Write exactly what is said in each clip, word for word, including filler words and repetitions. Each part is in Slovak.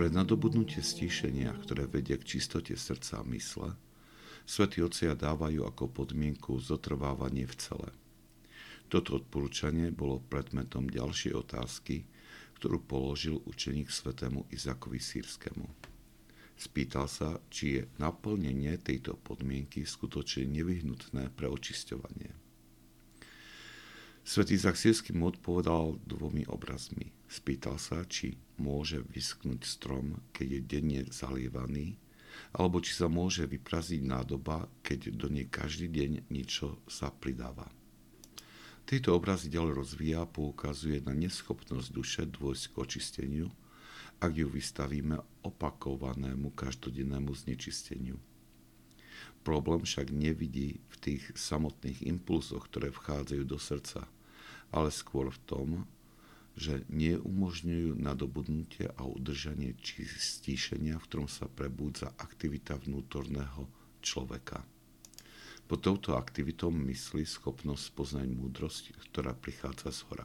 Pre nadobudnutie stíšenia, ktoré vedie k čistote srdca a mysle, svätí otcovia dávajú ako podmienku zotrvávanie v cele. Toto odporúčanie bolo predmetom ďalšej otázky, ktorú položil učeník svätému Izakovi Sýrskému. Spýtal sa, či je naplnenie tejto podmienky skutočne nevyhnutné pre očisťovanie. Svätý Izak Sýrsky mu odpovedal dvomi obrazmi. Spýtal sa, či môže vyschnúť strom, keď je denne zalievaný, alebo či sa môže vypraziť nádoba, keď do nej každý deň niečo sa pridáva. Tieto obrazy ďalej rozvíja a poukazuje na neschopnosť duše dôjsť k očisteniu, ak ju vystavíme opakovanému každodennému znečisteniu. Problém však nevidí v tých samotných impulzoch, ktoré vchádzajú do srdca, ale skôr v tom, že neumožňujú nadobudnutie a udržanie stíšenia, v ktorom sa prebúdza aktivita vnútorného človeka. Pod touto aktivitou myslí schopnosť poznať múdrosť, ktorá prichádza zhora.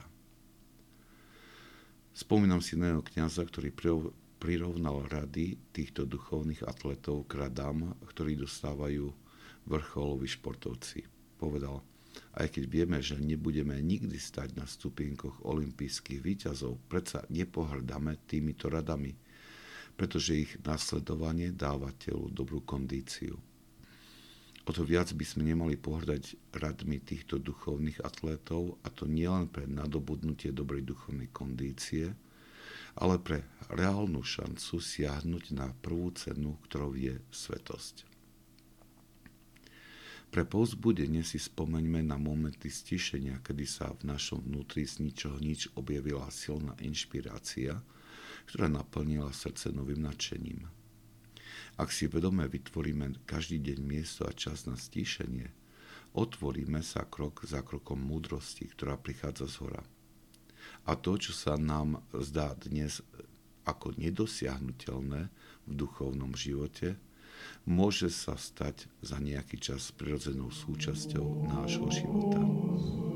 Spomínam si na jedného kňaza, ktorý prirovnal rady týchto duchovných atletov k radám, ktorí dostávajú vrcholoví športovci. Povedal, aj keď vieme, že nebudeme nikdy stať na stupienkoch olympijských víťazov, predsa nepohrdáme týmito radami, pretože ich nasledovanie dáva telu dobrú kondíciu. O to viac by sme nemali pohrdať radmi týchto duchovných atlétov, a to nielen pre nadobudnutie dobrej duchovnej kondície, ale pre reálnu šancu siahnuť na prvú cenu, ktorou je svetosť. Pre povzbudenie si spomeňme na momenty stíšenia, kedy sa v našom vnútri z ničoho nič objavila silná inšpirácia, ktorá naplnila srdce novým nadšením. Ak si vedome vytvoríme každý deň miesto a čas na stíšenie, otvoríme sa krok za krokom múdrosti, ktorá prichádza zhora. A to, čo sa nám zdá dnes ako nedosiahnuteľné v duchovnom živote, môže sa stať za nejaký čas prirodzenou súčasťou nášho života.